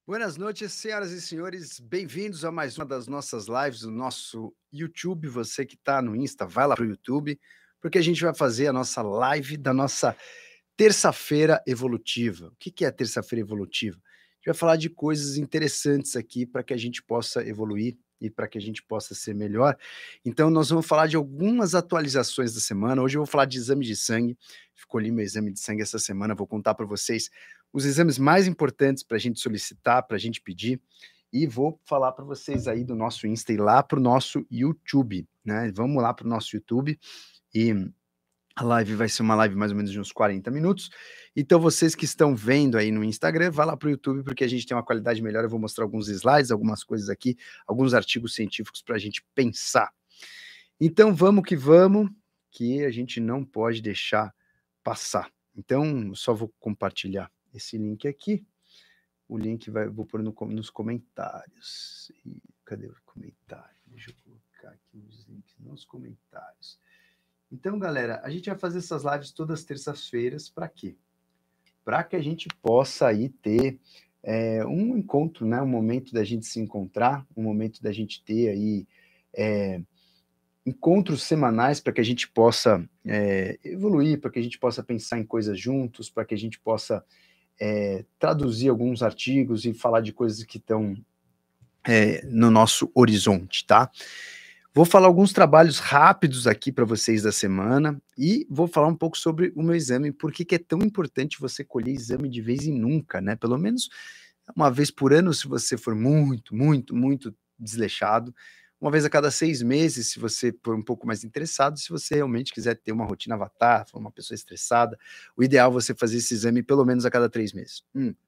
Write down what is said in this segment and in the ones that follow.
Buenas noites, senhoras e senhores. Bem-vindos a mais uma das nossas lives do nosso YouTube. Você que está no Insta, vai lá para o YouTube, porque a gente vai fazer a nossa live da nossa terça-feira evolutiva. O que é a terça-feira evolutiva? A gente vai falar de coisas interessantes aqui para que a gente possa evoluir e para que a gente possa ser melhor. Então, nós vamos falar de algumas atualizações da semana. Hoje eu vou falar de exame de sangue. Escolhi meu exame de sangue essa semana. Vou contar para vocês os exames mais importantes para a gente solicitar, para a gente pedir. E vou falar para vocês aí do nosso Insta e lá para o nosso YouTube, né? Vamos lá para o nosso YouTube e a live vai ser uma live mais ou menos de uns 40 minutos. Então, vocês que estão vendo aí no Instagram, vá lá para o YouTube, porque a gente tem uma qualidade melhor. Eu vou mostrar alguns slides, algumas coisas aqui, alguns artigos científicos para a gente pensar. Então, vamos, que a gente não pode deixar passar. Então, só vou compartilhar esse link aqui. O link vou pôr nos comentários. E, cadê o comentário? Deixa eu colocar aqui os links nos comentários. Então, galera, a gente vai fazer essas lives todas as terças-feiras, para quê? Para que a gente possa aí ter um encontro, né? Um momento da gente se encontrar, um momento da gente ter aí encontros semanais para que a gente possa evoluir, para que a gente possa pensar em coisas juntos, para que a gente possa traduzir alguns artigos e falar de coisas que estão no nosso horizonte, tá? Vou falar alguns trabalhos rápidos aqui para vocês da semana e vou falar um pouco sobre o meu exame, por que é tão importante você colher exame de vez em nunca, né? Pelo menos uma vez por ano, se você for muito, muito, muito desleixado, uma vez a cada 6 meses, se você for um pouco mais interessado, se você realmente quiser ter uma rotina avatar, for uma pessoa estressada, o ideal é você fazer esse exame pelo menos a cada 3 meses.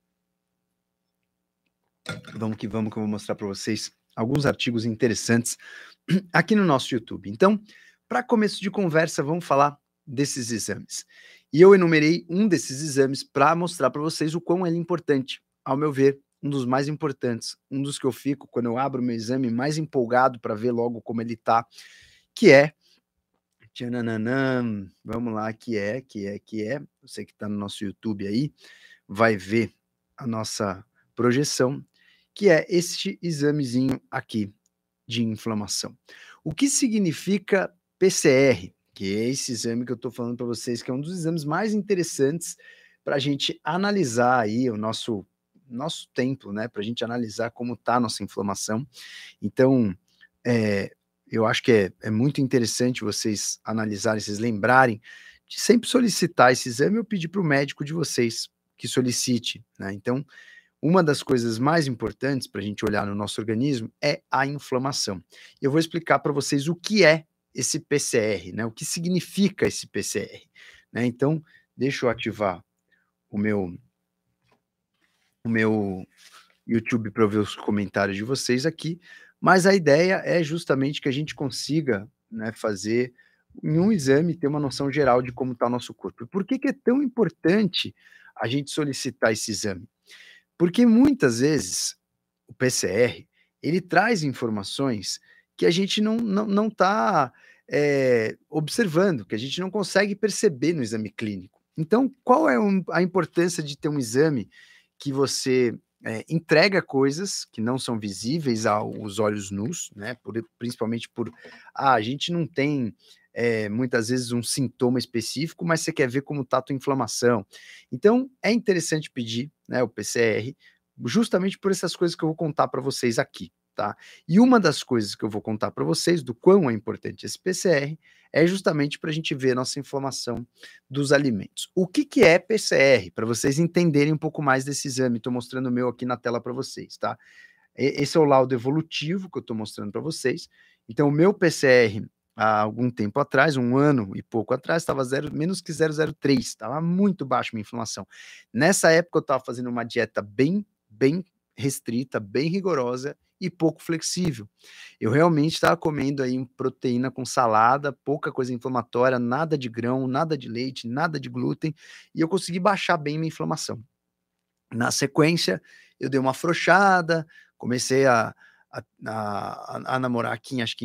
Vamos que eu vou mostrar para vocês alguns artigos interessantes aqui no nosso YouTube. Então, para começo de conversa, vamos falar desses exames. E eu enumerei um desses exames para mostrar para vocês o quão ele é importante. Ao meu ver, um dos mais importantes, um dos que eu fico quando eu abro o meu exame mais empolgado para ver logo como ele tá, que é tchananã, vamos lá, que é, você que está no nosso YouTube aí, vai ver a nossa projeção, que é este examezinho aqui de inflamação. O que significa PCR? Que é esse exame que eu estou falando para vocês, que é um dos exames mais interessantes para a gente analisar aí o nosso tempo, né? Para a gente analisar como está a nossa inflamação. Então, eu acho que é muito interessante vocês analisarem, vocês lembrarem de sempre solicitar esse exame ou pedir para o médico de vocês que solicite, né? Então, uma das coisas mais importantes para a gente olhar no nosso organismo é a inflamação. Eu vou explicar para vocês o que é esse PCR, né? O que significa esse PCR, né? Então, deixa eu ativar o meu YouTube para eu ver os comentários de vocês aqui, mas a ideia é justamente que a gente consiga, né, fazer em um exame ter uma noção geral de como está o nosso corpo. E por que é tão importante a gente solicitar esse exame? Porque muitas vezes o PCR, ele traz informações que a gente não está observando, que a gente não consegue perceber no exame clínico. Então, qual é a importância de ter um exame que você entrega coisas que não são visíveis aos olhos nus, né? Principalmente a gente não tem muitas vezes um sintoma específico, mas você quer ver como está a tua inflamação. Então, é interessante pedir, né, o PCR, justamente por essas coisas que eu vou contar para vocês aqui, tá? E uma das coisas que eu vou contar para vocês do quão é importante esse PCR é justamente para a gente ver a nossa inflamação dos alimentos. O que é PCR? Para vocês entenderem um pouco mais desse exame, estou mostrando o meu aqui na tela para vocês, tá? Esse é o laudo evolutivo que eu estou mostrando para vocês. Então, o meu PCR, há algum tempo atrás, 1 ano e pouco atrás, estava menos que 0,03, estava muito baixo a minha inflamação. Nessa época, eu estava fazendo uma dieta bem restrita, bem rigorosa e pouco flexível. Eu realmente estava comendo aí proteína com salada, pouca coisa inflamatória, nada de grão, nada de leite, nada de glúten, e eu consegui baixar bem minha inflamação. Na sequência, eu dei uma afrouxada, comecei a namorar aqui, acho que em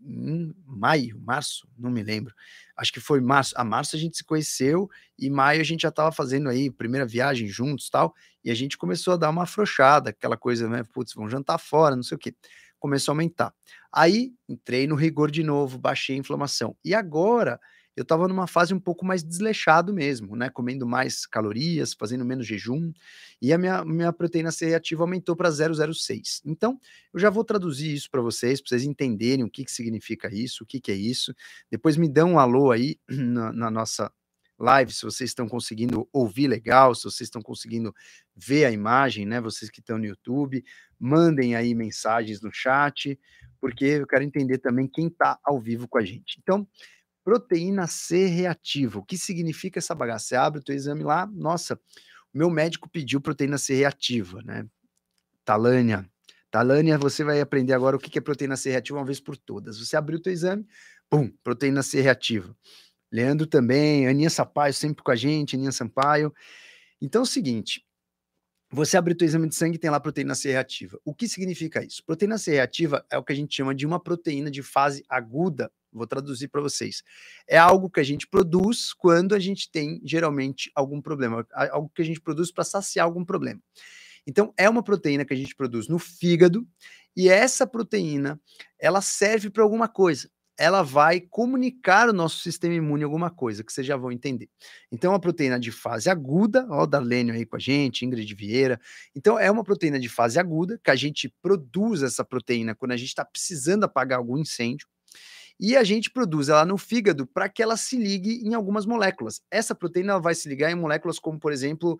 em maio, março, não me lembro. Acho que foi março. A março a gente se conheceu e maio a gente já estava fazendo aí primeira viagem juntos, tal, e a gente começou a dar uma afrouxada, aquela coisa, né, putz, vamos jantar fora, não sei o quê. Começou a aumentar. Aí entrei no rigor de novo, baixei a inflamação. E agora eu estava numa fase um pouco mais desleixado mesmo, né, comendo mais calorias, fazendo menos jejum, e a minha proteína C reativa aumentou para 0,06. Então, eu já vou traduzir isso para vocês entenderem o que significa isso, o que é isso. Depois me dão um alô aí na nossa live, se vocês estão conseguindo ouvir legal, se vocês estão conseguindo ver a imagem, né, vocês que estão no YouTube, mandem aí mensagens no chat, porque eu quero entender também quem está ao vivo com a gente. Então, proteína C reativa, o que significa essa bagaça? Você abre o teu exame lá, nossa, o meu médico pediu proteína C reativa, né? Talânia, Talânia, você vai aprender agora o que é proteína C reativa uma vez por todas. Você abriu o teu exame, pum, proteína C reativa. Leandro também, Aninha Sampaio sempre com a gente, Aninha Sampaio. Então é o seguinte, você abre o teu exame de sangue e tem lá proteína C reativa. O que significa isso? Proteína C reativa é o que a gente chama de uma proteína de fase aguda. Vou traduzir para vocês. É algo que a gente produz quando a gente tem, geralmente, algum problema. Algo que a gente produz para saciar algum problema. Então, é uma proteína que a gente produz no fígado, e essa proteína, ela serve para alguma coisa. Ela vai comunicar o nosso sistema imune alguma coisa, que vocês já vão entender. Então, é uma proteína de fase aguda, ó, o Darlênio aí com a gente, Ingrid Vieira. Então, é uma proteína de fase aguda, que a gente produz essa proteína quando a gente está precisando apagar algum incêndio, e a gente produz ela no fígado para que ela se ligue em algumas moléculas. Essa proteína ela vai se ligar em moléculas como, por exemplo,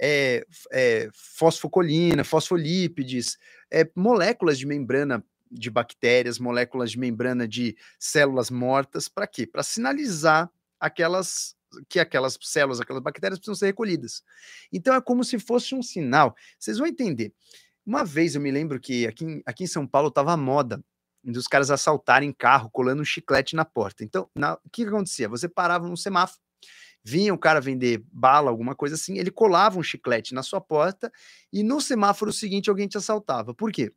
fosfocolina, fosfolípides, moléculas de membrana de bactérias, moléculas de membrana de células mortas, para quê? Para sinalizar aquelas células, aquelas bactérias precisam ser recolhidas. Então é como se fosse um sinal. Vocês vão entender. Uma vez eu me lembro que aqui em São Paulo estava a moda dos caras assaltarem carro colando um chiclete na porta. Então, o que acontecia? Você parava no semáforo, vinha o cara vender bala, alguma coisa assim, ele colava um chiclete na sua porta e no semáforo seguinte alguém te assaltava. Por quê?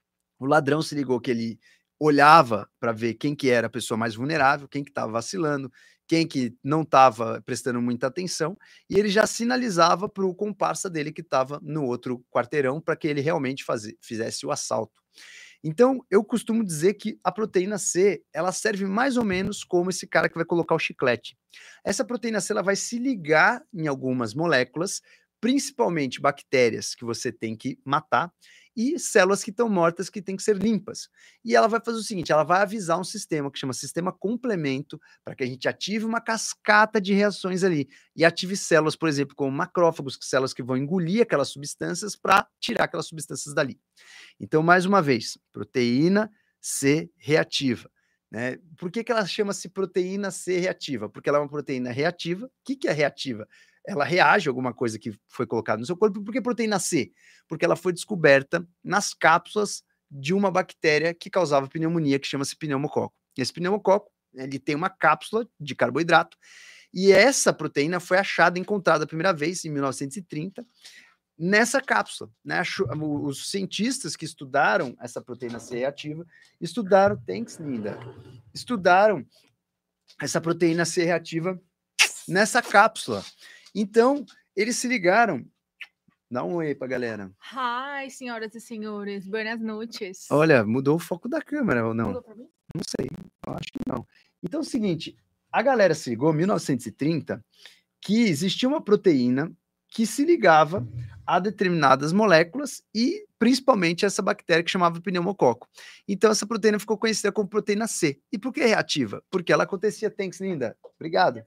O ladrão se ligou que ele olhava para ver quem que era a pessoa mais vulnerável, quem que estava vacilando, quem que não estava prestando muita atenção, e ele já sinalizava para o comparsa dele que estava no outro quarteirão para que ele realmente fizesse o assalto. Então, eu costumo dizer que a proteína C, ela serve mais ou menos como esse cara que vai colocar o chiclete. Essa proteína C, ela vai se ligar em algumas moléculas, principalmente bactérias que você tem que matar e células que estão mortas que têm que ser limpas. E ela vai fazer o seguinte, ela vai avisar um sistema que chama sistema complemento para que a gente ative uma cascata de reações ali e ative células, por exemplo, como macrófagos, células que vão engolir aquelas substâncias para tirar aquelas substâncias dali. Então, mais uma vez, proteína C reativa. Né? Por que ela chama-se proteína C reativa? Porque ela é uma proteína reativa. O que é reativa? Ela reage a alguma coisa que foi colocada no seu corpo. Por que proteína C? Porque ela foi descoberta nas cápsulas de uma bactéria que causava pneumonia, que chama-se pneumococo. Esse pneumococo, ele tem uma cápsula de carboidrato, e essa proteína foi achada, encontrada a primeira vez em 1930, nessa cápsula. Né? Os cientistas que estudaram essa proteína C reativa estudaram, thanks, linda, estudaram essa proteína C reativa nessa cápsula. Então, eles se ligaram. Dá um oi pra galera. Hi, senhoras e senhores, buenas noites. Olha, mudou o foco da câmera ou não? Mudou pra mim? Não sei, eu acho que não. Então é o seguinte, a galera se ligou em 1930 que existia uma proteína que se ligava a determinadas moléculas e principalmente essa bactéria que chamava pneumococo. Então essa proteína ficou conhecida como proteína C. E por que reativa? Porque ela acontecia, thanks, linda. Obrigado.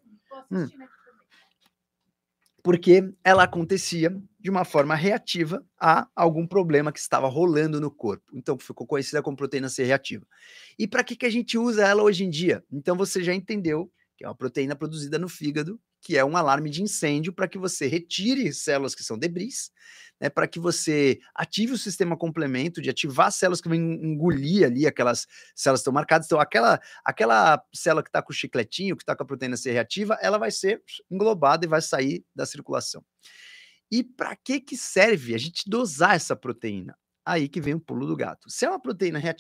Porque ela acontecia de uma forma reativa a algum problema que estava rolando no corpo. Então ficou conhecida como proteína C reativa. E para que a gente usa ela hoje em dia? Então você já entendeu que é uma proteína produzida no fígado, que é um alarme de incêndio para que você retire células que são debris, né, para que você ative o sistema complemento de ativar células que vão engolir ali aquelas células que estão marcadas. Então, aquela célula que está com o chicletinho, que está com a proteína C reativa, ela vai ser englobada e vai sair da circulação. E para que serve a gente dosar essa proteína? Aí que vem o pulo do gato. Se é uma proteína reativa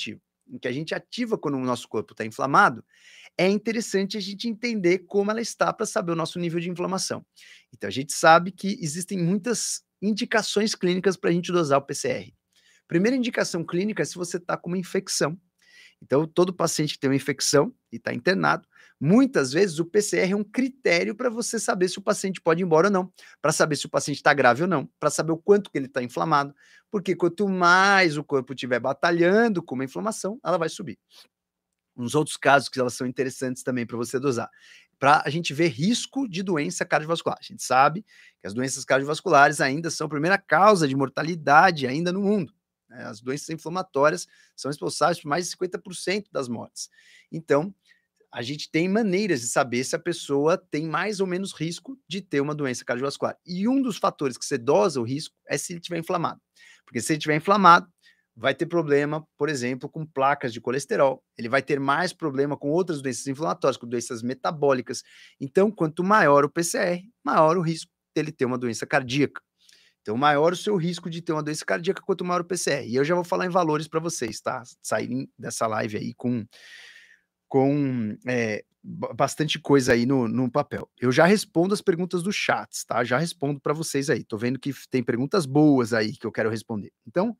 em que a gente ativa quando o nosso corpo está inflamado, é interessante a gente entender como ela está para saber o nosso nível de inflamação. Então, a gente sabe que existem muitas indicações clínicas para a gente dosar o PCR. Primeira indicação clínica é se você está com uma infecção. Então, todo paciente que tem uma infecção e está internado, muitas vezes o PCR é um critério para você saber se o paciente pode ir embora ou não, para saber se o paciente está grave ou não, para saber o quanto que ele está inflamado, porque quanto mais o corpo estiver batalhando com uma inflamação, ela vai subir. Uns outros casos que elas são interessantes também para você dosar, para a gente ver risco de doença cardiovascular. A gente sabe que as doenças cardiovasculares ainda são a primeira causa de mortalidade ainda no mundo. Né? As doenças inflamatórias são responsáveis por mais de 50% das mortes. Então, a gente tem maneiras de saber se a pessoa tem mais ou menos risco de ter uma doença cardiovascular. E um dos fatores que você dosa o risco é se ele estiver inflamado. Porque se ele estiver inflamado, vai ter problema, por exemplo, com placas de colesterol. Ele vai ter mais problema com outras doenças inflamatórias, com doenças metabólicas. Então, quanto maior o PCR, maior o risco dele ter uma doença cardíaca. Então, maior o seu risco de ter uma doença cardíaca, quanto maior o PCR. E eu já vou falar em valores para vocês, tá? Saírem dessa live aí com bastante coisa aí no papel. Eu já respondo as perguntas dos chats, tá? Já respondo para vocês aí. Tô vendo que tem perguntas boas aí que eu quero responder. Então,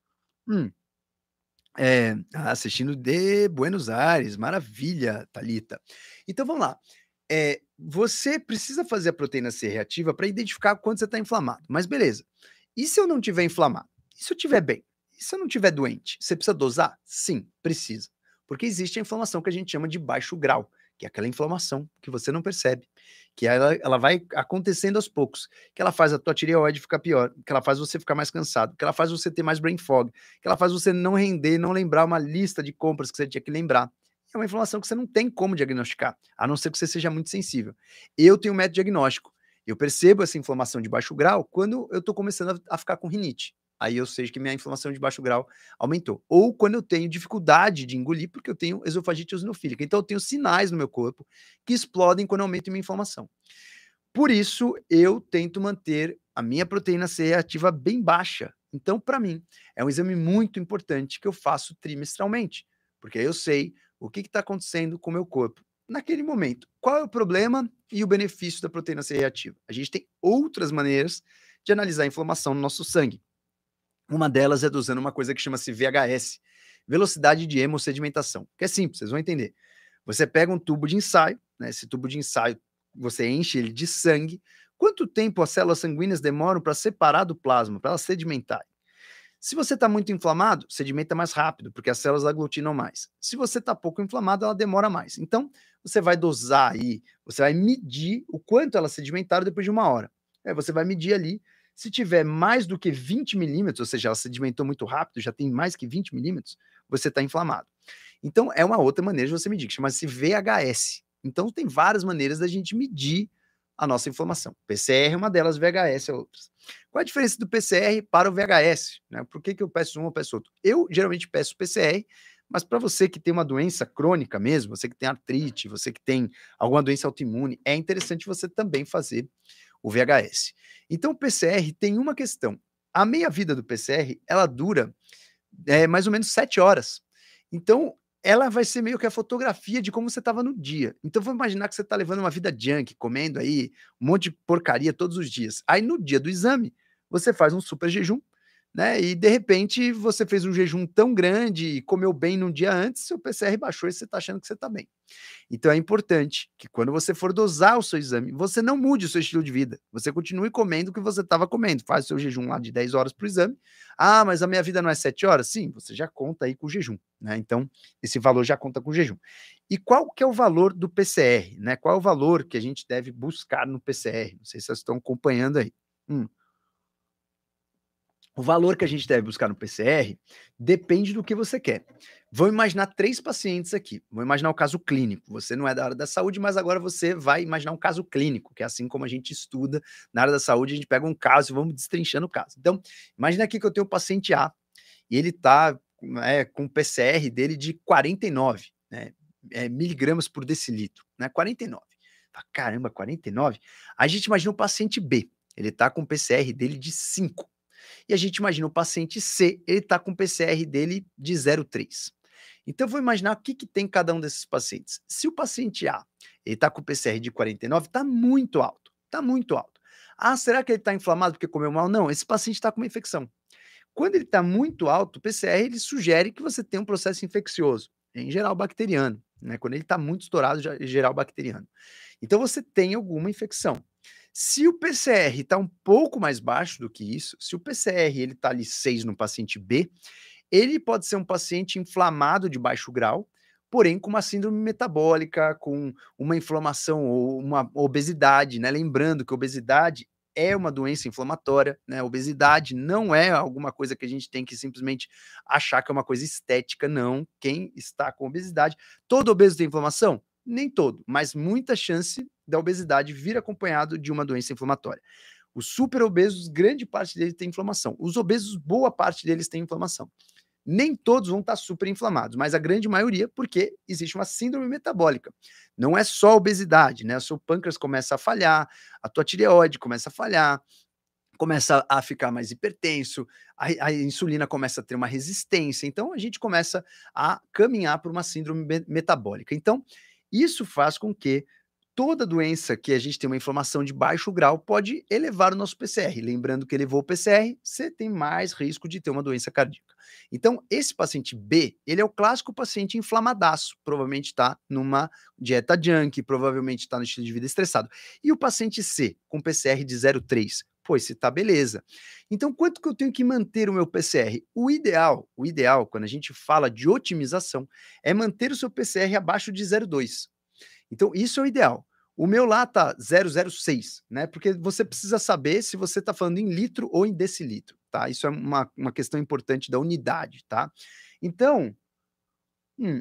assistindo de Buenos Aires, maravilha, Thalita. Então vamos lá. Você precisa fazer a proteína C reativa para identificar quando você está inflamado. Mas beleza. E se eu não tiver inflamado? E se eu estiver bem? E se eu não estiver doente? Você precisa dosar? Sim, precisa. Porque existe a inflamação que a gente chama de baixo grau, que é aquela inflamação que você não percebe, que ela vai acontecendo aos poucos, que ela faz a tua tireoide ficar pior, que ela faz você ficar mais cansado, que ela faz você ter mais brain fog, que ela faz você não render, não lembrar uma lista de compras que você tinha que lembrar. É uma inflamação que você não tem como diagnosticar, a não ser que você seja muito sensível. Eu tenho um método diagnóstico. Eu percebo essa inflamação de baixo grau quando eu estou começando a ficar com rinite. Aí eu sei que minha inflamação de baixo grau aumentou. Ou quando eu tenho dificuldade de engolir, porque eu tenho esofagite eosinofílica. Então eu tenho sinais no meu corpo que explodem quando eu aumento minha inflamação. Por isso, eu tento manter a minha proteína C reativa bem baixa. Então, para mim, é um exame muito importante que eu faço trimestralmente, porque aí eu sei o que está acontecendo com o meu corpo naquele momento. Qual é o problema e o benefício da proteína C reativa? A gente tem outras maneiras de analisar a inflamação no nosso sangue. Uma delas é usando uma coisa que chama-se VHS, velocidade de hemossedimentação, que é simples, vocês vão entender. Você pega um tubo de ensaio, né, esse tubo de ensaio, você enche ele de sangue. Quanto tempo as células sanguíneas demoram para separar do plasma, para elas sedimentarem? Se você está muito inflamado, sedimenta mais rápido, porque as células aglutinam mais. Se você está pouco inflamado, ela demora mais. Então, você vai dosar aí, você vai medir o quanto elas sedimentaram depois de uma hora. Você vai medir ali. Se tiver mais do que 20 milímetros, ou seja, ela sedimentou muito rápido, já tem mais que 20 milímetros, você está inflamado. Então, é uma outra maneira de você medir, que chama-se VHS. Então, tem várias maneiras da gente medir a nossa inflamação. PCR é uma delas, VHS é outras. Qual a diferença do PCR para o VHS? Né? Por que eu peço um ou peço outro? Eu geralmente peço PCR, mas para você que tem uma doença crônica mesmo, você que tem artrite, você que tem alguma doença autoimune, é interessante você também fazer o VHS. Então, o PCR tem uma questão. A meia-vida do PCR, ela dura mais ou menos 7 horas. Então, ela vai ser meio que a fotografia de como você estava no dia. Então, vamos imaginar que você está levando uma vida junk, comendo aí um monte de porcaria todos os dias. Aí, no dia do exame, você faz um super jejum, né? E, de repente, você fez um jejum tão grande e comeu bem num dia antes, seu PCR baixou e você está achando que você está bem. Então é importante que quando você for dosar o seu exame, você não mude o seu estilo de vida. Você continue comendo o que você estava comendo. Faz o seu jejum lá de 10 horas para o exame. Ah, mas a minha vida não é 7 horas? Sim, você já conta aí com o jejum, né? Então, esse valor já conta com o jejum. E qual que é o valor do PCR, né? Qual é o valor que a gente deve buscar no PCR? Não sei se vocês estão acompanhando aí. O valor que a gente deve buscar no PCR depende do que você quer. Vamos imaginar 3 pacientes aqui. Vamos imaginar o caso clínico. Você não é da área da saúde, mas agora você vai imaginar um caso clínico, que é assim como a gente estuda na área da saúde, a gente pega um caso e vamos destrinchando o caso. Então, imagina aqui que eu tenho o paciente A e ele está com o PCR dele de 49, né, miligramas por decilitro, né, 49. Caramba, 49? A gente imagina o paciente B, ele está com o PCR dele de 5. E a gente imagina o paciente C, ele está com o PCR dele de 0,3. Então, eu vou imaginar o que, que tem cada um desses pacientes. Se o paciente A ele está com PCR de 49, está muito alto, está muito alto. Ah, será que ele está inflamado porque comeu mal? Não, esse paciente está com uma infecção. Quando ele está muito alto, o PCR ele sugere que você tem um processo infeccioso, em geral bacteriano, né? Quando ele está muito estourado, já, em geral bacteriano. Então você tem alguma infecção. Se o PCR está um pouco mais baixo do que isso, se o PCR ele está ali 6 no paciente B, ele pode ser um paciente inflamado de baixo grau, porém com uma síndrome metabólica, com uma inflamação ou uma obesidade, né? Lembrando que obesidade é uma doença inflamatória, né? Obesidade não é alguma coisa que a gente tem que simplesmente achar que é uma coisa estética, não. Quem está com obesidade, todo obeso tem inflamação? Nem todo, mas muita chance da obesidade vir acompanhado de uma doença inflamatória. Os super obesos, grande parte deles tem inflamação. Os obesos, boa parte deles tem inflamação. Nem todos vão estar super inflamados, mas a grande maioria, porque existe uma síndrome metabólica. Não é só obesidade, né? O seu pâncreas começa a falhar, a tua tireoide começa a falhar, começa a ficar mais hipertenso, a insulina começa a ter uma resistência, então a gente começa a caminhar para uma síndrome metabólica. Então, isso faz com que toda doença que a gente tem uma inflamação de baixo grau pode elevar o nosso PCR. Lembrando que elevou o PCR, você tem mais risco de ter uma doença cardíaca. Então, esse paciente B, ele é o clássico paciente inflamadaço, provavelmente está numa dieta junk, provavelmente está no estilo de vida estressado. E o paciente C, com PCR de 0,3, pô, esse tá beleza. Então, quanto que eu tenho que manter o meu PCR? O ideal, quando a gente fala de otimização, é manter o seu PCR abaixo de 0,2. Então, isso é o ideal. O meu lá tá 0,06, né? Porque você precisa saber se você está falando em litro ou em decilitro, tá? Isso é uma questão importante da unidade, tá? Então, hum,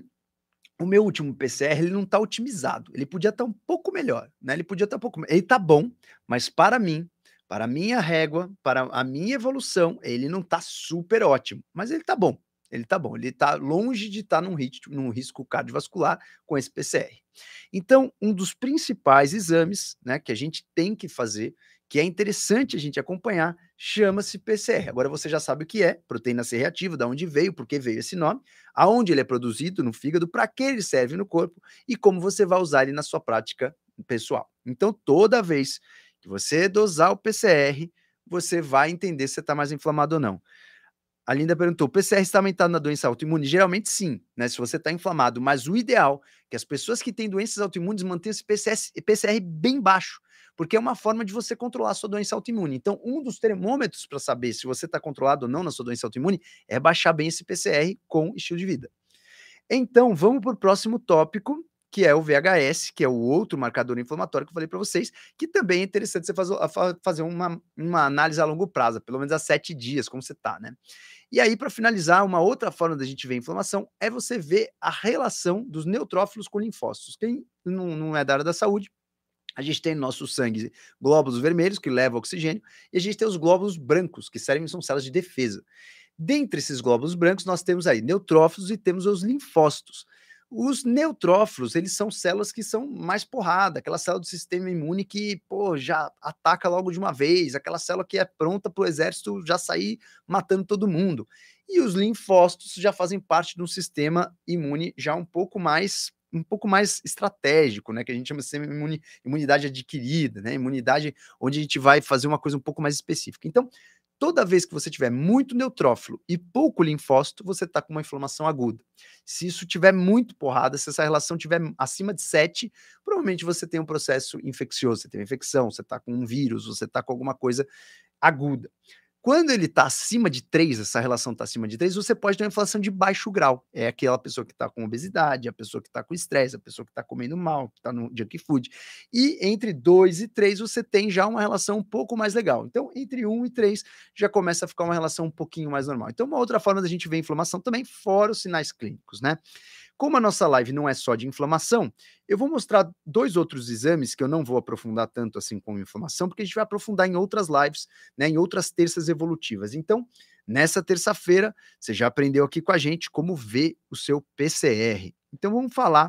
o meu último PCR ele não está otimizado. Ele podia estar um pouco melhor, né? Ele podia estar um pouco. Ele está bom, mas para mim, para a minha régua, para a minha evolução, ele não está super ótimo. Mas ele está bom. Ele está bom. Ele está longe de estar num risco cardiovascular com esse PCR. Então, um dos principais exames, né, que a gente tem que fazer, que é interessante a gente acompanhar, chama-se PCR. Agora você já sabe o que é, proteína C reativa, da onde veio, por que veio esse nome, aonde ele é produzido no fígado, para que ele serve no corpo e como você vai usar ele na sua prática pessoal. Então, toda vez que você dosar o PCR, você vai entender se você está mais inflamado ou não. A Linda perguntou: o PCR está aumentado na doença autoimune? Geralmente sim, né? Se você está inflamado, mas o ideal é que as pessoas que têm doenças autoimunes mantenham esse PCR bem baixo, porque é uma forma de você controlar a sua doença autoimune. Então, um dos termômetros para saber se você está controlado ou não na sua doença autoimune é baixar bem esse PCR com estilo de vida. Então, vamos para o próximo tópico, que é o VHS, que é o outro marcador inflamatório que eu falei para vocês, que também é interessante você fazer uma análise a longo prazo, pelo menos a 7 dias, como você está, né? E aí, para finalizar, uma outra forma da gente ver a inflamação é você ver a relação dos neutrófilos com linfócitos. Quem não é da área da saúde, a gente tem no nosso sangue glóbulos vermelhos, que levam oxigênio, e a gente tem os glóbulos brancos, que servem, são células de defesa. Dentre esses glóbulos brancos, nós temos aí neutrófilos e temos os linfócitos. Os neutrófilos, eles são células que são mais porrada, aquela célula do sistema imune que, pô, já ataca logo de uma vez, aquela célula que é pronta para o exército já sair matando todo mundo. E os linfócitos já fazem parte de um sistema imune já um pouco mais estratégico, né, que a gente chama de sistema imunidade adquirida, né, imunidade onde a gente vai fazer uma coisa um pouco mais específica. Então, toda vez que você tiver muito neutrófilo e pouco linfócito, você está com uma inflamação aguda. Se isso tiver muito porrada, se essa relação tiver acima de 7, provavelmente você tem um processo infeccioso, você tem uma infecção, você está com um vírus, você está com alguma coisa aguda. Quando ele está acima de 3, essa relação está acima de 3, você pode ter uma inflamação de baixo grau. É aquela pessoa que está com obesidade, a pessoa que está com estresse, a pessoa que está comendo mal, que está no junk food. E entre 2 e 3 você tem já uma relação um pouco mais legal. Então, entre 1 e 3 já começa a ficar uma relação um pouquinho mais normal. Então, uma outra forma da gente ver inflamação também, fora os sinais clínicos, né? Como a nossa live não é só de inflamação, eu vou mostrar 2 outros exames que eu não vou aprofundar tanto assim com inflamação, porque a gente vai aprofundar em outras lives, né, em outras terças evolutivas. Então, nessa terça-feira, você já aprendeu aqui com a gente como ver o seu PCR. Então, vamos falar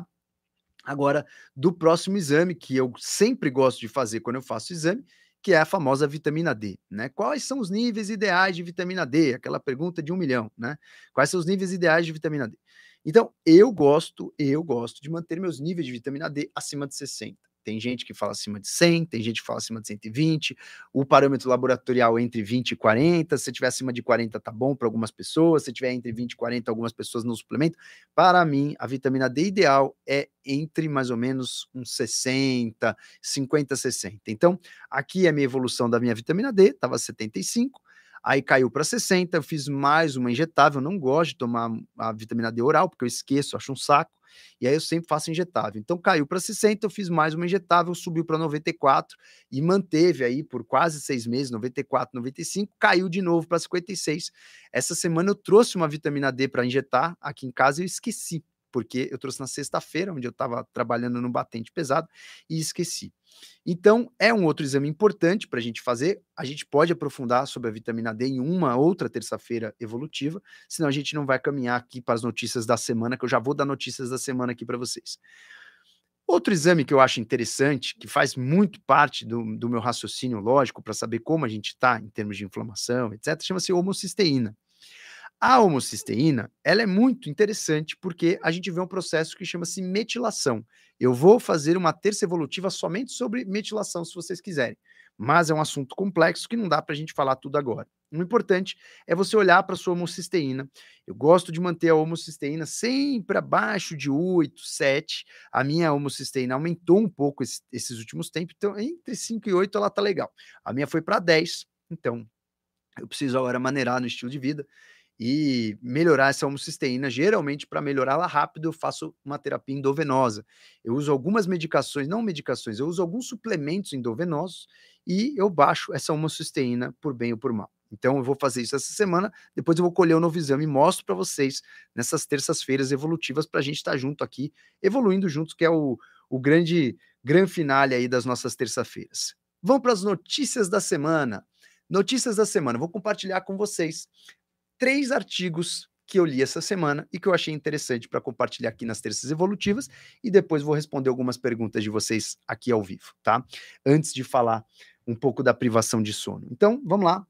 agora do próximo exame que eu sempre gosto de fazer quando eu faço exame, que é a famosa vitamina D, né? Quais são os níveis ideais de vitamina D? Aquela pergunta de 1 milhão, né? Quais são os níveis ideais de vitamina D? Então, eu gosto de manter meus níveis de vitamina D acima de 60. Tem gente que fala acima de 100, tem gente que fala acima de 120, o parâmetro laboratorial entre 20 e 40, se tiver acima de 40 tá bom para algumas pessoas, se tiver entre 20 e 40 algumas pessoas não suplementam. Para mim, a vitamina D ideal é entre mais ou menos uns 60, 50, 60. Então, aqui é a minha evolução da minha vitamina D, estava 75, aí caiu para 60, eu fiz mais uma injetável, não gosto de tomar a vitamina D oral, porque eu esqueço, acho um saco, e aí eu sempre faço injetável. Então caiu para 60, eu fiz mais uma injetável, subiu para 94 e manteve aí por quase 6 meses, 94, 95, caiu de novo para 56. Essa semana eu trouxe uma vitamina D para injetar aqui em casa e eu esqueci, porque eu trouxe na sexta-feira, onde eu estava trabalhando no batente pesado, e esqueci. Então, é um outro exame importante para a gente fazer. A gente pode aprofundar sobre a vitamina D em uma outra terça-feira evolutiva, senão a gente não vai caminhar aqui para as notícias da semana, que eu já vou dar notícias da semana aqui para vocês. Outro exame que eu acho interessante, que faz muito parte do meu raciocínio lógico para saber como a gente está em termos de inflamação, etc., chama-se homocisteína. A homocisteína, ela é muito interessante porque a gente vê um processo que chama-se metilação. Eu vou fazer uma terça evolutiva somente sobre metilação, se vocês quiserem, mas é um assunto complexo que não dá para a gente falar tudo agora. O importante é você olhar para a sua homocisteína. Eu gosto de manter a homocisteína sempre abaixo de 8, 7. A minha homocisteína aumentou um pouco esses últimos tempos, então entre 5 e 8 ela tá legal. A minha foi para 10, então eu preciso agora maneirar no estilo de vida e melhorar essa homocisteína. Geralmente, para melhorá-la rápido, eu faço uma terapia endovenosa. Eu uso algumas medicações, não medicações, eu uso alguns suplementos endovenosos e eu baixo essa homocisteína por bem ou por mal. Então, eu vou fazer isso essa semana, depois eu vou colher o novo exame e mostro para vocês nessas terças-feiras evolutivas para a gente estar junto aqui, evoluindo juntos, que é o grande finale aí das nossas terça-feiras. Vamos para as notícias da semana. Notícias da semana, vou compartilhar com vocês 3 artigos que eu li essa semana e que eu achei interessante para compartilhar aqui nas terças evolutivas e depois vou responder algumas perguntas de vocês aqui ao vivo, tá? Antes de falar um pouco da privação de sono. Então, vamos lá.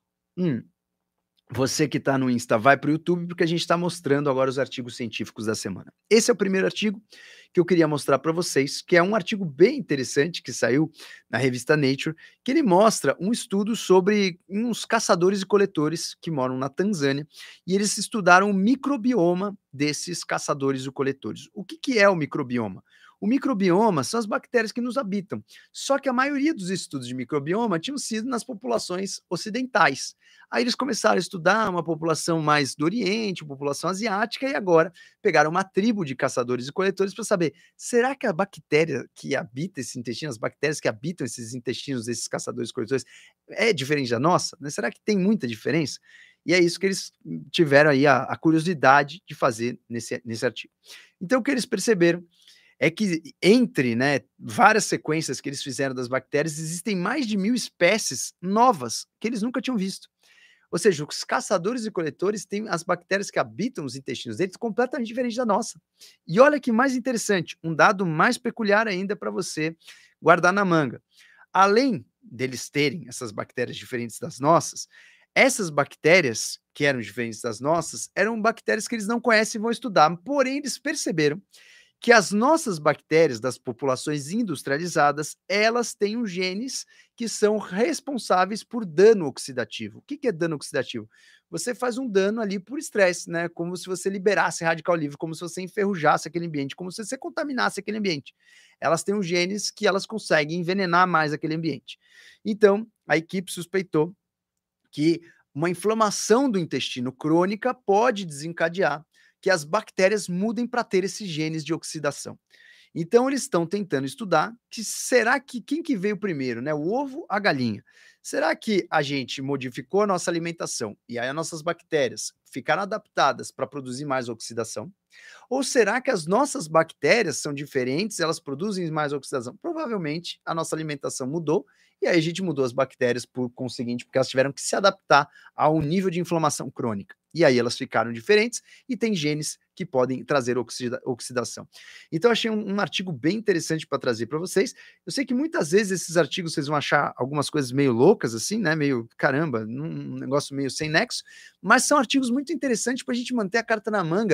Você que está no Insta, vai para o YouTube, porque a gente está mostrando agora os artigos científicos da semana. Esse é o primeiro artigo que eu queria mostrar para vocês, que é um artigo bem interessante que saiu na revista Nature, que ele mostra um estudo sobre uns caçadores e coletores que moram na Tanzânia, e eles estudaram o microbioma desses caçadores e coletores. O que é o microbioma? O microbioma são as bactérias que nos habitam, só que a maioria dos estudos de microbioma tinham sido nas populações ocidentais. Aí eles começaram a estudar uma população mais do Oriente, população asiática, e agora pegaram uma tribo de caçadores e coletores para saber, será que a bactéria que habita esse intestino, as bactérias que habitam esses intestinos desses caçadores e coletores, é diferente da nossa? Né? Será que tem muita diferença? E é isso que eles tiveram aí a curiosidade de fazer nesse artigo. Então, o que eles perceberam é que entre, né, várias sequências que eles fizeram das bactérias, existem mais de 1000 espécies novas que eles nunca tinham visto. Ou seja, os caçadores e coletores têm as bactérias que habitam os intestinos deles completamente diferentes da nossa. E olha que mais interessante, um dado mais peculiar ainda para você guardar na manga. Além deles terem essas bactérias diferentes das nossas, essas bactérias que eram diferentes das nossas eram bactérias que eles não conhecem e vão estudar. Porém, eles perceberam que as nossas bactérias das populações industrializadas, elas têm os genes que são responsáveis por dano oxidativo. O que é dano oxidativo? Você faz um dano ali por estresse, né? Como se você liberasse radical livre, como se você enferrujasse aquele ambiente, como se você contaminasse aquele ambiente. Elas têm os genes que elas conseguem envenenar mais aquele ambiente. Então, a equipe suspeitou que uma inflamação do intestino crônica pode desencadear que as bactérias mudem para ter esses genes de oxidação. Então eles estão tentando estudar que será que quem que veio primeiro, né? O ovo, a galinha. Será que a gente modificou a nossa alimentação e aí as nossas bactérias ficaram adaptadas para produzir mais oxidação? Ou será que as nossas bactérias são diferentes, elas produzem mais oxidação? Provavelmente a nossa alimentação mudou e aí a gente mudou as bactérias por conseguinte, porque elas tiveram que se adaptar ao nível de inflamação crônica. E aí elas ficaram diferentes e tem genes que podem trazer oxidação. Então, achei um artigo bem interessante para trazer para vocês. Eu sei que muitas vezes esses artigos vocês vão achar algumas coisas meio loucas, assim, né? Meio, caramba, um negócio meio sem nexo, mas são artigos muito interessantes para a gente manter a carta na manga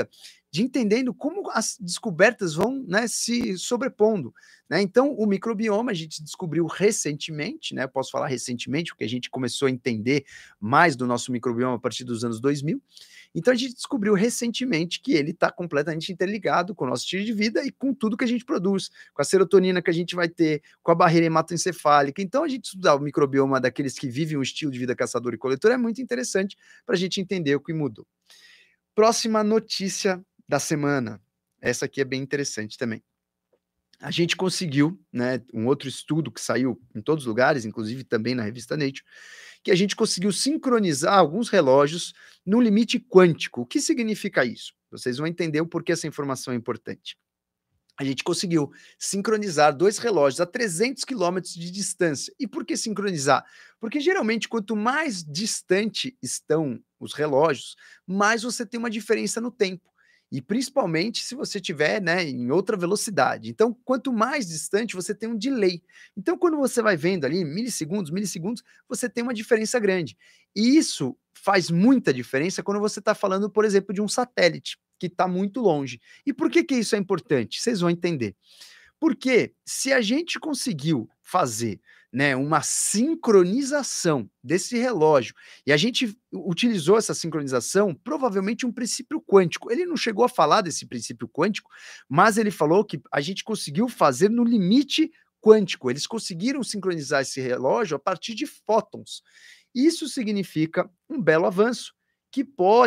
de entendendo como as descobertas vão, né, se sobrepondo, né? Então, o microbioma a gente descobriu recentemente, né? Posso falar recentemente, porque a gente começou a entender mais do nosso microbioma a partir dos anos 2000. Então, a gente descobriu recentemente que ele está completamente interligado com o nosso estilo de vida e com tudo que a gente produz, com a serotonina que a gente vai ter, com a barreira hematoencefálica. Então, a gente estudar o microbioma daqueles que vivem um estilo de vida caçador e coletor é muito interessante para a gente entender o que mudou. Próxima notícia da semana. Essa aqui é bem interessante também. A gente conseguiu, né, um outro estudo que saiu em todos os lugares, inclusive também na revista Nature, que a gente conseguiu sincronizar alguns relógios no limite quântico. O que significa isso? Vocês vão entender o porquê essa informação é importante. A gente conseguiu sincronizar 2 relógios a 300 quilômetros de distância. E por que sincronizar? Porque geralmente quanto mais distante estão os relógios, mais você tem uma diferença no tempo. E principalmente se você tiver, né, em outra velocidade. Então, quanto mais distante, você tem um delay. Então, quando você vai vendo ali milissegundos, milissegundos, você tem uma diferença grande. E isso faz muita diferença quando você está falando, por exemplo, de um satélite que está muito longe. E por que isso é importante? Vocês vão entender. Porque se a gente conseguiu fazer, né, uma sincronização desse relógio, e a gente utilizou essa sincronização, provavelmente um princípio quântico. Ele não chegou a falar desse princípio quântico, mas ele falou que a gente conseguiu fazer no limite quântico. Eles conseguiram sincronizar esse relógio a partir de fótons. Isso significa um belo avanço, que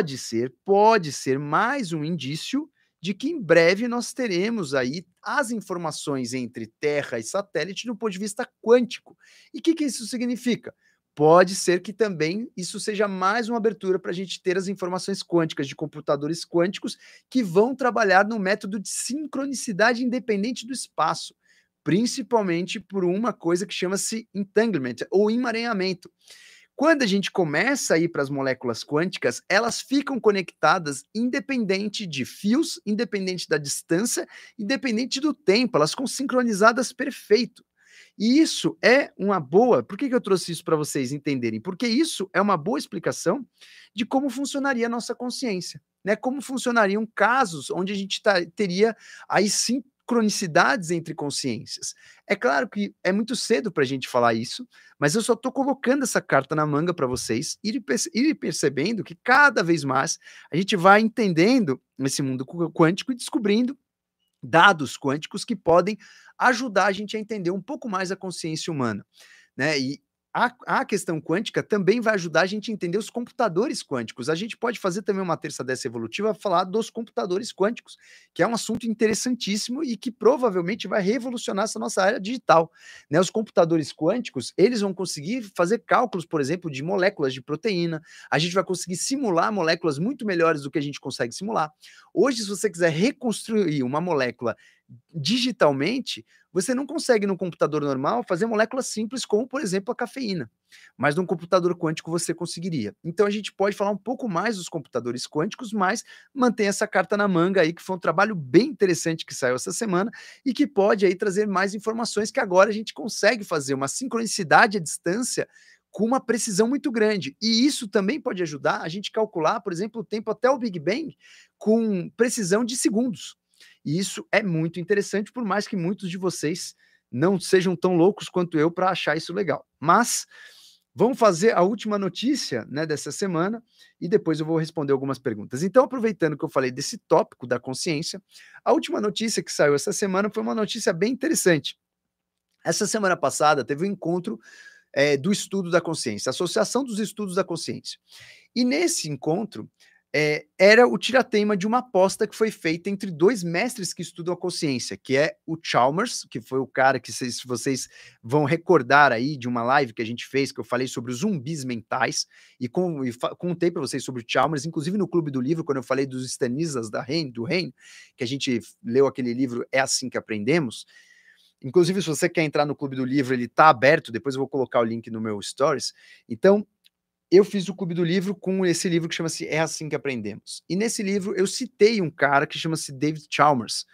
pode ser mais um indício de que em breve nós teremos aí as informações entre Terra e satélite do ponto de vista quântico. E o que isso significa? Pode ser que também isso seja mais uma abertura para a gente ter as informações quânticas de computadores quânticos que vão trabalhar no método de sincronicidade independente do espaço, principalmente por uma coisa que chama-se entanglement ou emaranhamento. Quando a gente começa a ir para as moléculas quânticas, elas ficam conectadas independente de fios, independente da distância, independente do tempo, elas ficam sincronizadas perfeito. E isso é uma boa. Por que eu trouxe isso para vocês entenderem? Porque isso é uma boa explicação de como funcionaria a nossa consciência, né? Como funcionariam casos onde a gente teria aí sincronicidades entre consciências. É claro que é muito cedo para a gente falar isso, mas eu só estou colocando essa carta na manga para vocês irem percebendo que cada vez mais a gente vai entendendo esse mundo quântico e descobrindo dados quânticos que podem ajudar a gente a entender um pouco mais a consciência humana, né? E a questão quântica também vai ajudar a gente a entender os computadores quânticos. A gente pode fazer também uma terça dessa evolutiva falar dos computadores quânticos, que é um assunto interessantíssimo e que provavelmente vai revolucionar essa nossa área digital, né? Os computadores quânticos, eles vão conseguir fazer cálculos, por exemplo, de moléculas de proteína. A gente vai conseguir simular moléculas muito melhores do que a gente consegue simular. Hoje, se você quiser reconstruir uma molécula digitalmente, você não consegue no computador normal fazer moléculas simples como, por exemplo, a cafeína, mas num computador quântico você conseguiria. Então a gente pode falar um pouco mais dos computadores quânticos, mas mantém essa carta na manga aí, que foi um trabalho bem interessante que saiu essa semana e que pode aí trazer mais informações que agora a gente consegue fazer uma sincronicidade à distância com uma precisão muito grande. E isso também pode ajudar a gente calcular, por exemplo, o tempo até o Big Bang com precisão de segundos. E isso é muito interessante, por mais que muitos de vocês não sejam tão loucos quanto eu para achar isso legal. Mas vamos fazer a última notícia, né, dessa semana e depois eu vou responder algumas perguntas. Então, aproveitando que eu falei desse tópico da consciência, a última notícia que saiu essa semana foi uma notícia bem interessante. Essa semana passada teve um encontro do estudo da consciência, Associação dos Estudos da Consciência. E nesse encontro, era o tiratema de uma aposta que foi feita entre 2 mestres que estudam a consciência, que é o Chalmers, que foi o cara que vocês vão recordar aí de uma live que a gente fez, que eu falei sobre os zumbis mentais, e contei para vocês sobre o Chalmers, inclusive no Clube do Livro, quando eu falei dos Stanislas do Reino, que a gente leu aquele livro É Assim que Aprendemos. Inclusive, se você quer entrar no Clube do Livro, ele está aberto, depois eu vou colocar o link no meu stories. Então, eu fiz o Clube do Livro com esse livro que chama-se É Assim que Aprendemos. E nesse livro eu citei um cara que chama-se David Chalmers.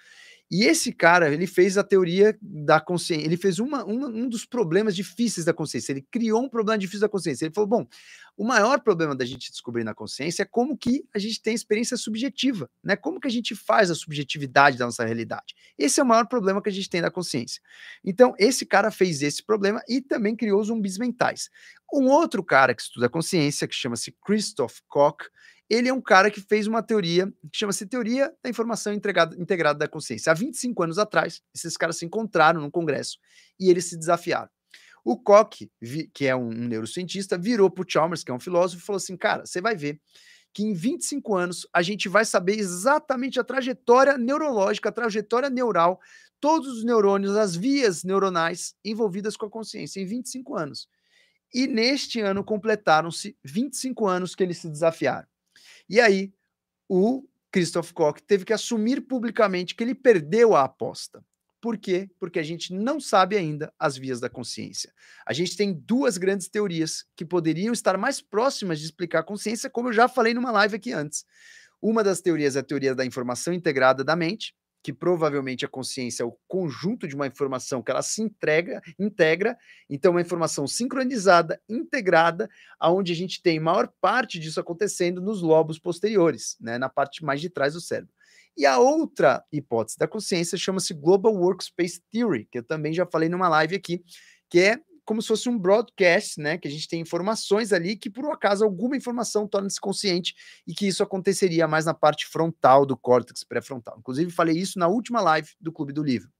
E esse cara, ele fez a teoria da consciência, ele fez um dos problemas difíceis da consciência, ele criou um problema difícil da consciência. Ele falou, bom, o maior problema da gente descobrir na consciência é como que a gente tem experiência subjetiva, né? Como que a gente faz a subjetividade da nossa realidade. Esse é o maior problema que a gente tem da consciência. Então, esse cara fez esse problema e também criou zumbis mentais. Um outro cara que estuda a consciência, que chama-se Christoph Koch, ele é um cara que fez uma teoria que chama-se Teoria da Informação Integrada da Consciência. Há 25 anos atrás, esses caras se encontraram num congresso e eles se desafiaram. O Koch, que é um neurocientista, virou para o Chalmers, que é um filósofo, e falou assim, cara, você vai ver que em 25 anos a gente vai saber exatamente a trajetória neurológica, a trajetória neural, todos os neurônios, as vias neuronais envolvidas com a consciência, em 25 anos. E neste ano completaram-se 25 anos que eles se desafiaram. E aí, o Christoph Koch teve que assumir publicamente que ele perdeu a aposta. Por quê? Porque a gente não sabe ainda as vias da consciência. A gente tem duas grandes teorias que poderiam estar mais próximas de explicar a consciência, como eu já falei numa live aqui antes. Uma das teorias é a teoria da informação integrada da mente, que provavelmente a consciência é o conjunto de uma informação que ela se integra, então uma informação sincronizada, integrada, aonde a gente tem maior parte disso acontecendo nos lobos posteriores, né, na parte mais de trás do cérebro. E a outra hipótese da consciência chama-se Global Workspace Theory, que eu também já falei numa live aqui, que é como se fosse um broadcast, né? Que a gente tem informações ali que, por um acaso, alguma informação torna-se consciente e que isso aconteceria mais na parte frontal do córtex pré-frontal. Inclusive, falei isso na última live do Clube do Livro.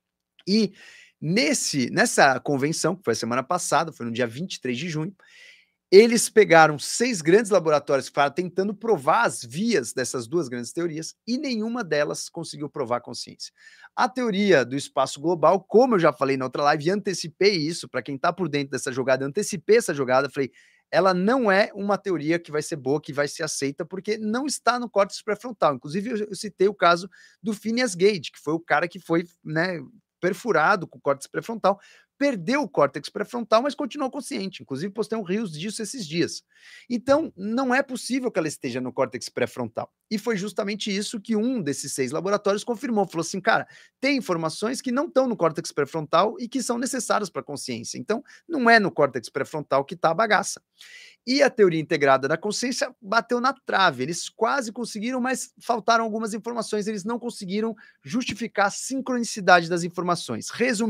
E nessa convenção, que foi a semana passada, foi no dia 23 de junho, eles pegaram 6 grandes laboratórios que estavam tentando provar as vias dessas duas grandes teorias e nenhuma delas conseguiu provar a consciência. A teoria do espaço global, como eu já falei na outra live, e antecipei isso, para quem está por dentro dessa jogada, antecipei essa jogada, falei, ela não é uma teoria que vai ser boa, que vai ser aceita, porque não está no córtex pré-frontal. Inclusive, eu citei o caso do Phineas Gage, que foi o cara que foi, né, perfurado com o córtex pré-frontal, perdeu o córtex pré-frontal, mas continuou consciente. Inclusive, postei um rios disso esses dias. Então, não é possível que ela esteja no córtex pré-frontal. E foi justamente isso que um desses 6 laboratórios confirmou. Falou assim, cara, tem informações que não estão no córtex pré-frontal e que são necessárias para a consciência. Então, não é no córtex pré-frontal que está a bagaça. E a teoria integrada da consciência bateu na trave. Eles quase conseguiram, mas faltaram algumas informações. Eles não conseguiram justificar a sincronicidade das informações.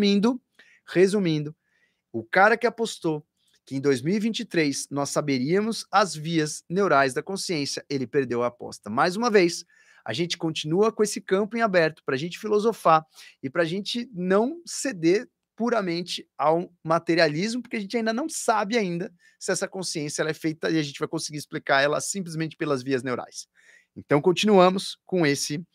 Resumindo, o cara que apostou que em 2023 nós saberíamos as vias neurais da consciência, ele perdeu a aposta. Mais uma vez, a gente continua com esse campo em aberto para a gente filosofar e para a gente não ceder puramente ao materialismo, porque a gente ainda não sabe ainda se essa consciência ela é feita e a gente vai conseguir explicar ela simplesmente pelas vias neurais. Então continuamos com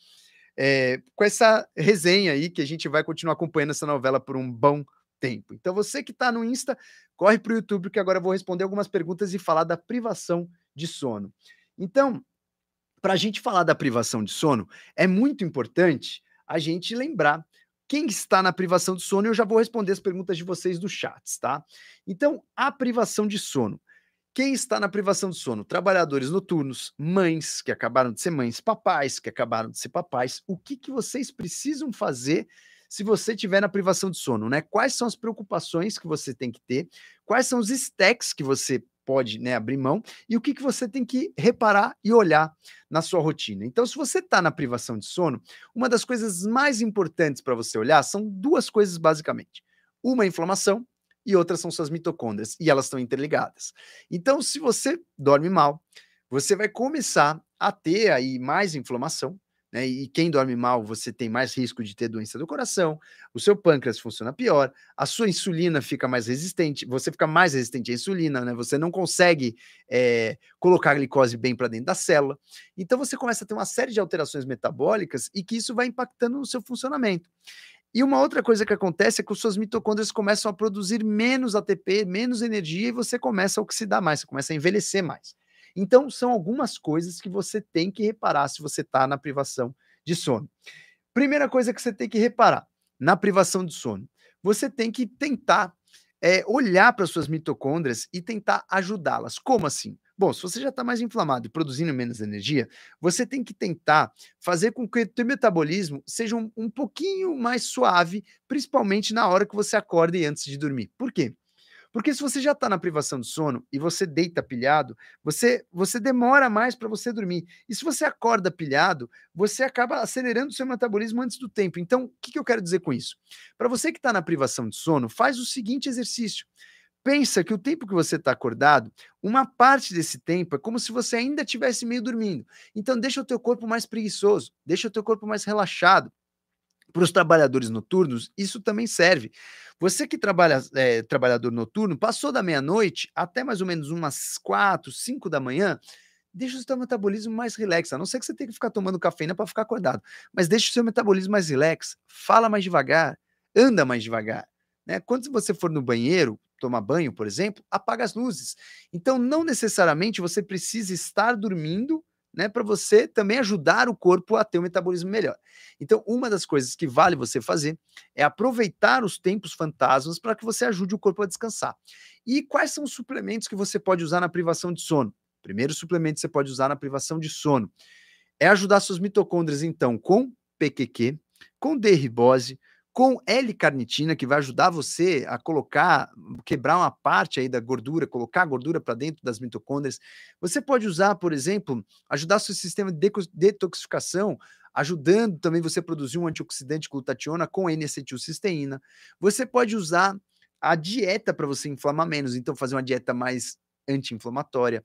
com essa resenha aí que a gente vai continuar acompanhando essa novela por um bom tempo. Então você que está no Insta, corre para o YouTube que agora eu vou responder algumas perguntas e falar da privação de sono. Então, para a gente falar da privação de sono, é muito importante a gente lembrar quem está na privação de sono, e eu já vou responder as perguntas de vocês do chat, tá? Então, a privação de sono. Quem está na privação de sono? Trabalhadores noturnos, mães que acabaram de ser mães, papais que acabaram de ser papais. O que vocês precisam fazer se você estiver na privação de sono, né? Quais são as preocupações que você tem que ter? Quais são os stacks que você pode, né, abrir mão? E o que você tem que reparar e olhar na sua rotina? Então, se você está na privação de sono, uma das coisas mais importantes para você olhar são duas coisas basicamente. Uma é inflamação e outras são suas mitocôndrias, e elas estão interligadas. Então, se você dorme mal, você vai começar a ter aí mais inflamação, né? E quem dorme mal, você tem mais risco de ter doença do coração, o seu pâncreas funciona pior, a sua insulina fica mais resistente, você fica mais resistente à insulina, né? Você não consegue colocar a glicose bem para dentro da célula. Então, você começa a ter uma série de alterações metabólicas e que isso vai impactando no seu funcionamento. E uma outra coisa que acontece é que as suas mitocôndrias começam a produzir menos ATP, menos energia, e você começa a oxidar mais, você começa a envelhecer mais. Então, são algumas coisas que você tem que reparar se você está na privação de sono. Primeira coisa que você tem que reparar na privação de sono, você tem que tentar olhar para suas mitocôndrias e tentar ajudá-las. Como assim? Bom, se você já está mais inflamado e produzindo menos energia, você tem que tentar fazer com que o teu metabolismo seja um pouquinho mais suave, principalmente na hora que você acorda e antes de dormir. Por quê? Porque se você já está na privação de sono e você deita pilhado, você demora mais para você dormir. E se você acorda pilhado, você acaba acelerando o seu metabolismo antes do tempo. Então, o que eu quero dizer com isso? Para você que está na privação de sono, faz o seguinte exercício. Pensa que o tempo que você está acordado, uma parte desse tempo é como se você ainda estivesse meio dormindo. Então, deixa o teu corpo mais preguiçoso, deixa o teu corpo mais relaxado. Para os trabalhadores noturnos, isso também serve. Você que trabalha, trabalhador noturno, passou da meia-noite até mais ou menos umas 4, 5 da manhã, deixa o seu metabolismo mais relax, a não ser que você tenha que ficar tomando cafeína para ficar acordado, mas deixa o seu metabolismo mais relax, fala mais devagar, anda mais devagar, né? Quando você for no banheiro, tomar banho, por exemplo, apaga as luzes. Então, não necessariamente você precisa estar dormindo, né, para você também ajudar o corpo a ter um metabolismo melhor. Então, uma das coisas que vale você fazer é aproveitar os tempos fantasmas para que você ajude o corpo a descansar. E quais são os suplementos que você pode usar na privação de sono? Primeiro suplemento que você pode usar na privação de sono é ajudar suas mitocôndrias, então, com PQQ, com D-ribose, com L-carnitina, que vai ajudar você a quebrar uma parte aí da gordura, colocar a gordura para dentro das mitocôndrias. Você pode usar, por exemplo, ajudar seu sistema de detoxificação, ajudando também você a produzir um antioxidante glutationa com N-acetilcisteína. Você pode usar a dieta para você inflamar menos, então fazer uma dieta mais anti-inflamatória.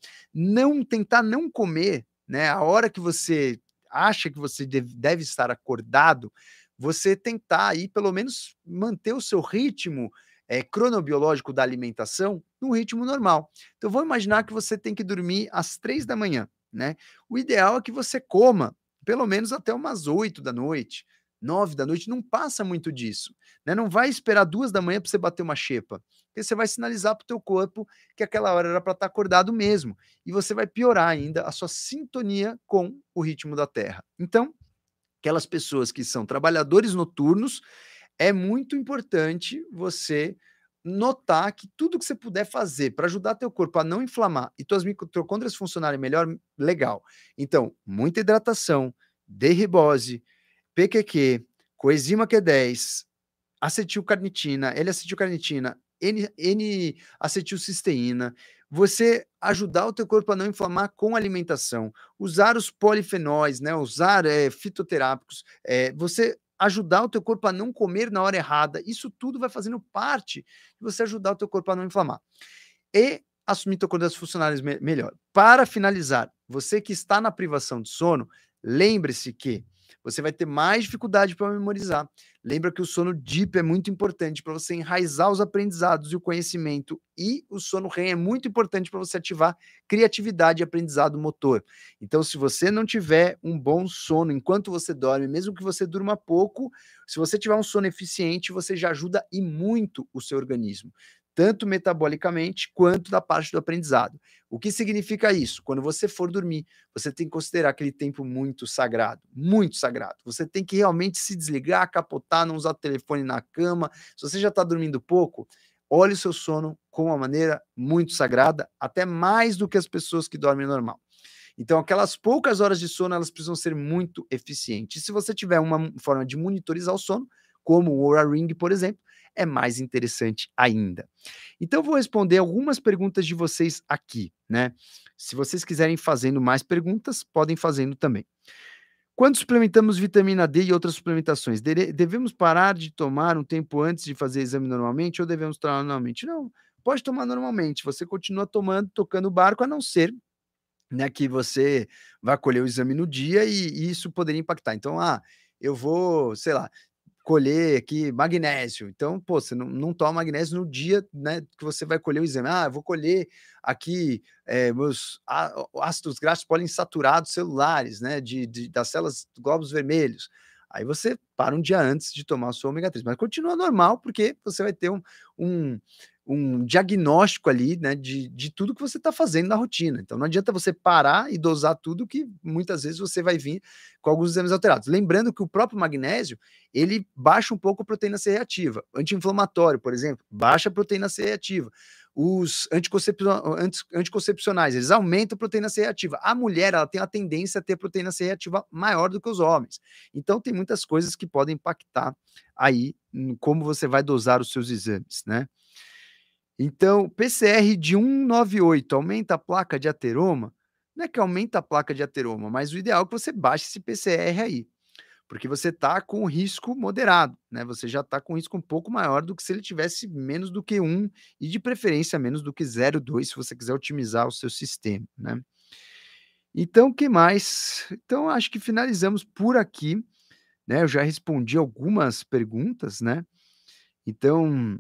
Tentar não comer, né, a hora que você acha que você deve estar acordado, você tentar aí pelo menos manter o seu ritmo cronobiológico da alimentação no ritmo normal. Então vamos imaginar que você tem que dormir às 3 da manhã, né? O ideal é que você coma pelo menos até umas 8 da noite, 9 da noite, não passa muito disso, né? Não vai esperar 2 da manhã para você bater uma xepa, porque você vai sinalizar para o teu corpo que aquela hora era para estar acordado mesmo, e você vai piorar ainda a sua sintonia com o ritmo da Terra. Então, aquelas pessoas que são trabalhadores noturnos, é muito importante você notar que tudo que você puder fazer para ajudar teu corpo a não inflamar e tuas mitocôndrias funcionarem melhor, legal. Então, muita hidratação, D-ribose, PQQ, coenzima Q10, acetilcarnitina, L-acetilcarnitina, N-acetilcisteína, você ajudar o teu corpo a não inflamar com alimentação, usar os polifenóis, né, usar fitoterápicos, você ajudar o teu corpo a não comer na hora errada, isso tudo vai fazendo parte de você ajudar o teu corpo a não inflamar. E as mitocôndrias funcionarem melhor. Para finalizar, você que está na privação de sono, lembre-se que você vai ter mais dificuldade para memorizar. Lembra que o sono deep é muito importante para você enraizar os aprendizados e o conhecimento, e o sono REM é muito importante para você ativar criatividade e aprendizado motor. Então, se você não tiver um bom sono enquanto você dorme, mesmo que você durma pouco, se você tiver um sono eficiente, você já ajuda e muito o seu organismo, tanto metabolicamente quanto da parte do aprendizado. O que significa isso? Quando você for dormir, você tem que considerar aquele tempo muito sagrado, muito sagrado. Você tem que realmente se desligar, capotar, não usar o telefone na cama. Se você já está dormindo pouco, olhe o seu sono com uma maneira muito sagrada, até mais do que as pessoas que dormem normal. Então, aquelas poucas horas de sono, elas precisam ser muito eficientes. E se você tiver uma forma de monitorizar o sono, como o Oura Ring, por exemplo, é mais interessante ainda. Então, eu vou responder algumas perguntas de vocês aqui, né? Se vocês quiserem fazendo mais perguntas, podem fazendo também. Quando suplementamos vitamina D e outras suplementações, devemos parar de tomar um tempo antes de fazer exame normalmente ou devemos tomar normalmente? Não, pode tomar normalmente. Você continua tomando, tocando o barco, a não ser, né, que você vai colher o exame no dia e isso poderia impactar. Então, eu vou, sei lá, colher aqui magnésio. Então, pô, você não toma magnésio no dia, né, que você vai colher o exame. Eu vou colher aqui meus ácidos graxos poliinsaturados celulares, né, das células glóbulos vermelhos. Aí você para um dia antes de tomar o seu ômega 3, mas continua normal, porque você vai ter um, um diagnóstico ali, né, de tudo que você está fazendo na rotina. Então não adianta você parar e dosar tudo, que muitas vezes você vai vir com alguns exames alterados. Lembrando que o próprio magnésio, ele baixa um pouco a proteína C reativa. Anti-inflamatório, por exemplo, baixa a proteína C reativa. os anticoncepcionais, eles aumentam a proteína C reativa. A mulher, ela tem a tendência a ter proteína C reativa maior do que os homens. Então, tem muitas coisas que podem impactar aí em como você vai dosar os seus exames, né? Então, PCR de 198 aumenta a placa de ateroma? Não é que aumenta a placa de ateroma, mas o ideal é que você baixe esse PCR aí, porque você está com risco moderado, né? Você já está com risco um pouco maior do que se ele tivesse menos do que 1 e de preferência menos do que 0,2 se você quiser otimizar o seu sistema, né? Então, o que mais? Então, acho que finalizamos por aqui, né? Eu já respondi algumas perguntas, né? Então,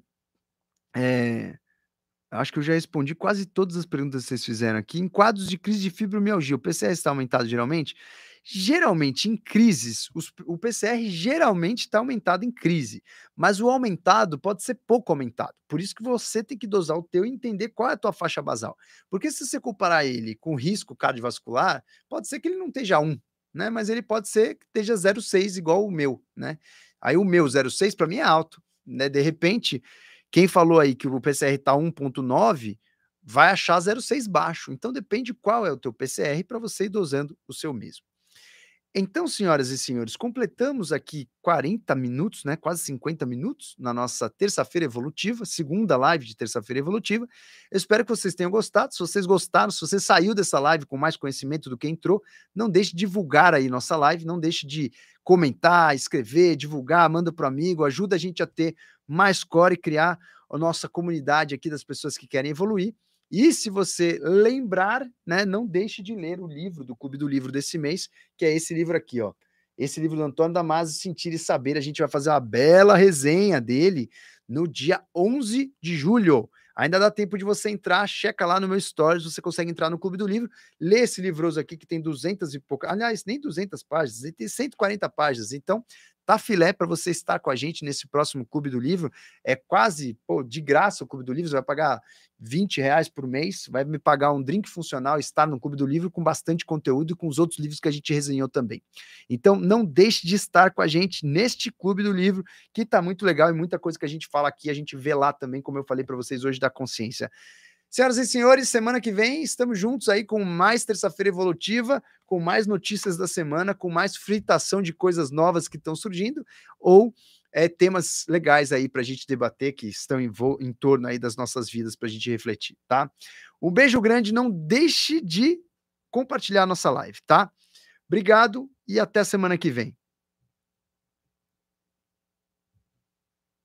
eh acho que eu já respondi quase todas as perguntas que vocês fizeram aqui. Em quadros de crise de fibromialgia, o PCR está aumentado geralmente? Geralmente, em crises, o PCR geralmente está aumentado em crise, mas o aumentado pode ser pouco aumentado. Por isso que você tem que dosar o teu e entender qual é a tua faixa basal. Porque se você comparar ele com risco cardiovascular, pode ser que ele não esteja 1, né? Mas ele pode ser que esteja 0,6 igual o meu, né? Aí o meu 0,6 para mim é alto, né? De repente, quem falou aí que o PCR está 1,9 vai achar 0,6 baixo. Então depende qual é o teu PCR para você ir dosando o seu mesmo. Então, senhoras e senhores, completamos aqui 40 minutos, né, quase 50 minutos na nossa terça-feira evolutiva, segunda live de terça-feira evolutiva. Eu espero que vocês tenham gostado. Se vocês gostaram, se você saiu dessa live com mais conhecimento do que entrou, não deixe de divulgar aí nossa live, não deixe de comentar, escrever, divulgar, manda para o amigo, ajuda a gente a ter mais core e criar a nossa comunidade aqui das pessoas que querem evoluir. E se você lembrar, né, não deixe de ler o livro do Clube do Livro desse mês, que é esse livro aqui, ó. Esse livro do Antônio Damasio, Sentir e Saber. A gente vai fazer uma bela resenha dele no dia 11 de julho. Ainda dá tempo de você entrar, checa lá no meu stories, você consegue entrar no Clube do Livro, lê esse livroso aqui que tem 200 e poucas, aliás, nem 200 páginas, ele tem 140 páginas. Então, tá filé para você estar com a gente nesse próximo Clube do Livro. É quase, pô, de graça o Clube do Livro, você vai pagar R$ 20 por mês, vai me pagar um drink funcional, estar no Clube do Livro com bastante conteúdo e com os outros livros que a gente resenhou também. Então, não deixe de estar com a gente neste Clube do Livro, que tá muito legal e muita coisa que a gente fala aqui, a gente vê lá também, como eu falei para vocês hoje, da consciência. Senhoras e senhores, semana que vem estamos juntos aí com mais terça-feira evolutiva, com mais notícias da semana, com mais fritação de coisas novas que estão surgindo, ou temas legais aí para a gente debater que estão em torno aí das nossas vidas para a gente refletir, tá? Um beijo grande, não deixe de compartilhar nossa live, tá? Obrigado e até semana que vem.